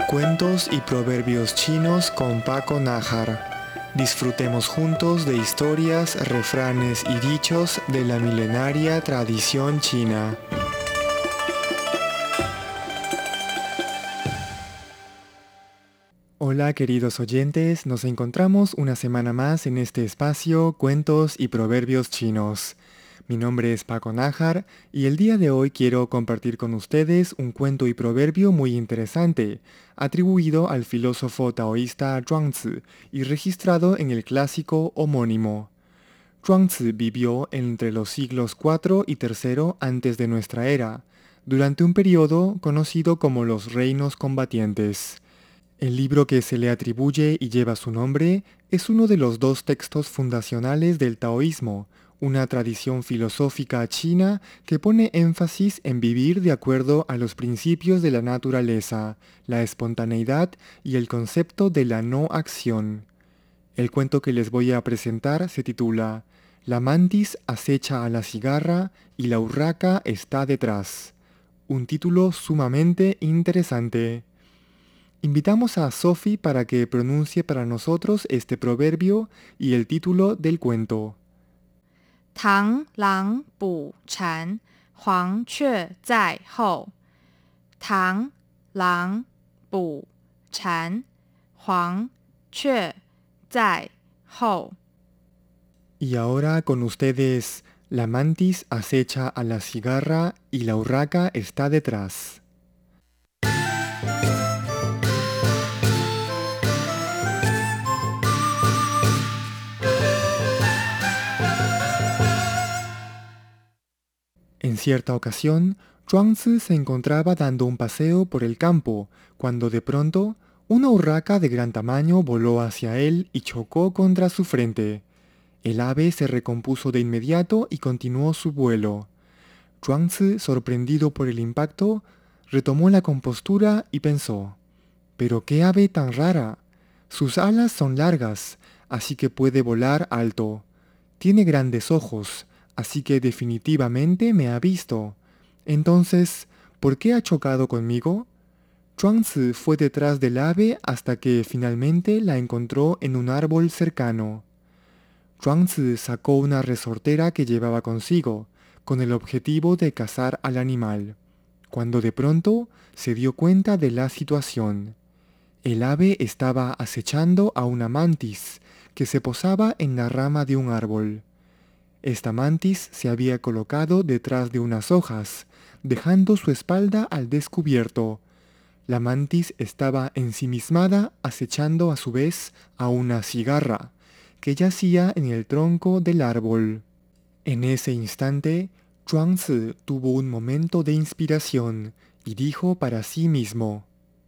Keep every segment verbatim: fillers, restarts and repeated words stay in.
Cuentos y proverbios chinos con Paco Nájar. Disfrutemos juntos de historias, refranes y dichos de la milenaria tradición china. Hola queridos oyentes, nos encontramos una semana más en este espacio Cuentos y Proverbios Chinos. Mi nombre es Paco Nájar y el día de hoy quiero compartir con ustedes un cuento y proverbio muy interesante, atribuido al filósofo taoísta Zhuangzi y registrado en el clásico homónimo. Zhuangzi vivió entre los siglos cuarto y tercero antes de nuestra era, durante un periodo conocido como los reinos combatientes. El libro que se le atribuye y lleva su nombre es uno de los dos textos fundacionales del taoísmo, una tradición filosófica china que pone énfasis en vivir de acuerdo a los principios de la naturaleza, la espontaneidad y el concepto de la no acción. El cuento que les voy a presentar se titula La mantis acecha a la cigarra y la urraca está detrás. Un título sumamente interesante. Invitamos a Sophie para que pronuncie para nosotros este proverbio y el título del cuento. 螳螂捕蝉，黄雀在后。螳螂捕蝉，黄雀在后。 Y ahora con ustedes, la mantis acecha a la cigarra y la urraca está detrás. En cierta ocasión, Zhuangzi se encontraba dando un paseo por el campo, cuando de pronto una urraca de gran tamaño voló hacia él y chocó contra su frente. El ave se recompuso de inmediato y continuó su vuelo. Zhuangzi, sorprendido por el impacto, retomó la compostura y pensó: «¿Pero qué ave tan rara? Sus alas son largas, así que puede volar alto. Tiene grandes ojos, así que definitivamente me ha visto. Entonces, ¿por qué ha chocado conmigo?» Zhuangzi fue detrás del ave hasta que finalmente la encontró en un árbol cercano. Zhuangzi sacó una resortera que llevaba consigo, con el objetivo de cazar al animal, cuando de pronto se dio cuenta de la situación. El ave estaba acechando a una mantis que se posaba en la rama de un árbol. Esta mantis se había colocado detrás de unas hojas, dejando su espalda al descubierto. La mantis estaba ensimismada acechando a su vez a una cigarra, que yacía en el tronco del árbol. En ese instante, Zhuangzi tuvo un momento de inspiración y dijo para sí mismo: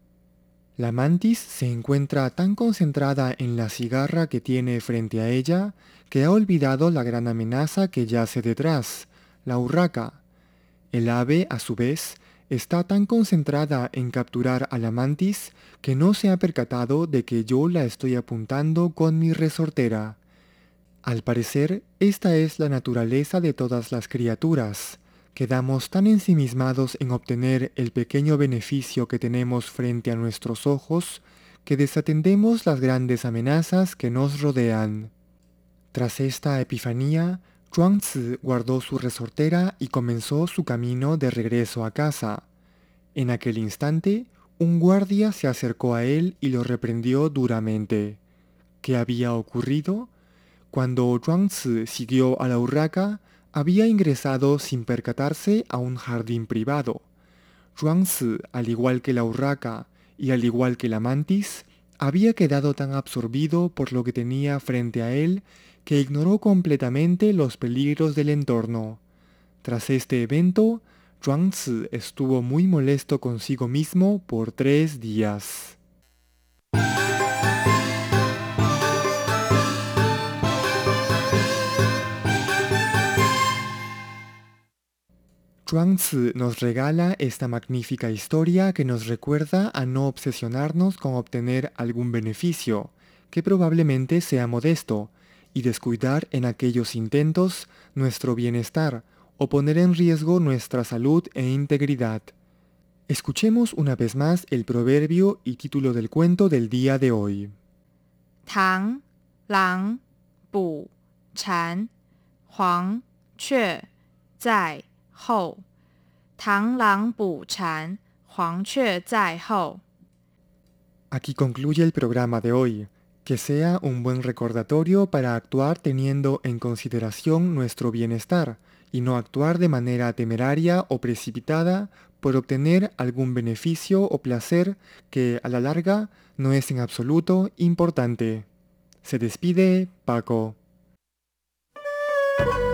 «La mantis se encuentra tan concentrada en la cigarra que tiene frente a ella que ha olvidado la gran amenaza que yace detrás, la urraca. El ave, a su vez, está tan concentrada en capturar a la mantis que no se ha percatado de que yo la estoy apuntando con mi resortera. Al parecer, esta es la naturaleza de todas las criaturas. Quedamos tan ensimismados en obtener el pequeño beneficio que tenemos frente a nuestros ojos que desatendemos las grandes amenazas que nos rodean». Tras esta epifanía, Zhuangzi guardó su resortera y comenzó su camino de regreso a casa. En aquel instante, un guardia se acercó a él y lo reprendió duramente. ¿Qué había ocurrido? Cuando Zhuangzi siguió a la urraca, había ingresado sin percatarse a un jardín privado. Zhuangzi, al igual que la urraca y al igual que la mantis, había quedado tan absorbido por lo que tenía frente a él que ignoró completamente los peligros del entorno. Tras este evento, Zhuangzi estuvo muy molesto consigo mismo por tres días. Zhuangzi nos regala esta magnífica historia que nos recuerda a no obsesionarnos con obtener algún beneficio, que probablemente sea modesto, y descuidar en aquellos intentos nuestro bienestar o poner en riesgo nuestra salud e integridad. Escuchemos una vez más el proverbio y título del cuento del día de hoy. 螳螂捕蝉，黄雀在后。螳螂捕蝉，黄雀在后。 Aquí concluye el programa de hoy. Que sea un buen recordatorio para actuar teniendo en consideración nuestro bienestar y no actuar de manera temeraria o precipitada por obtener algún beneficio o placer que a la larga no es en absoluto importante. Se despide Paco.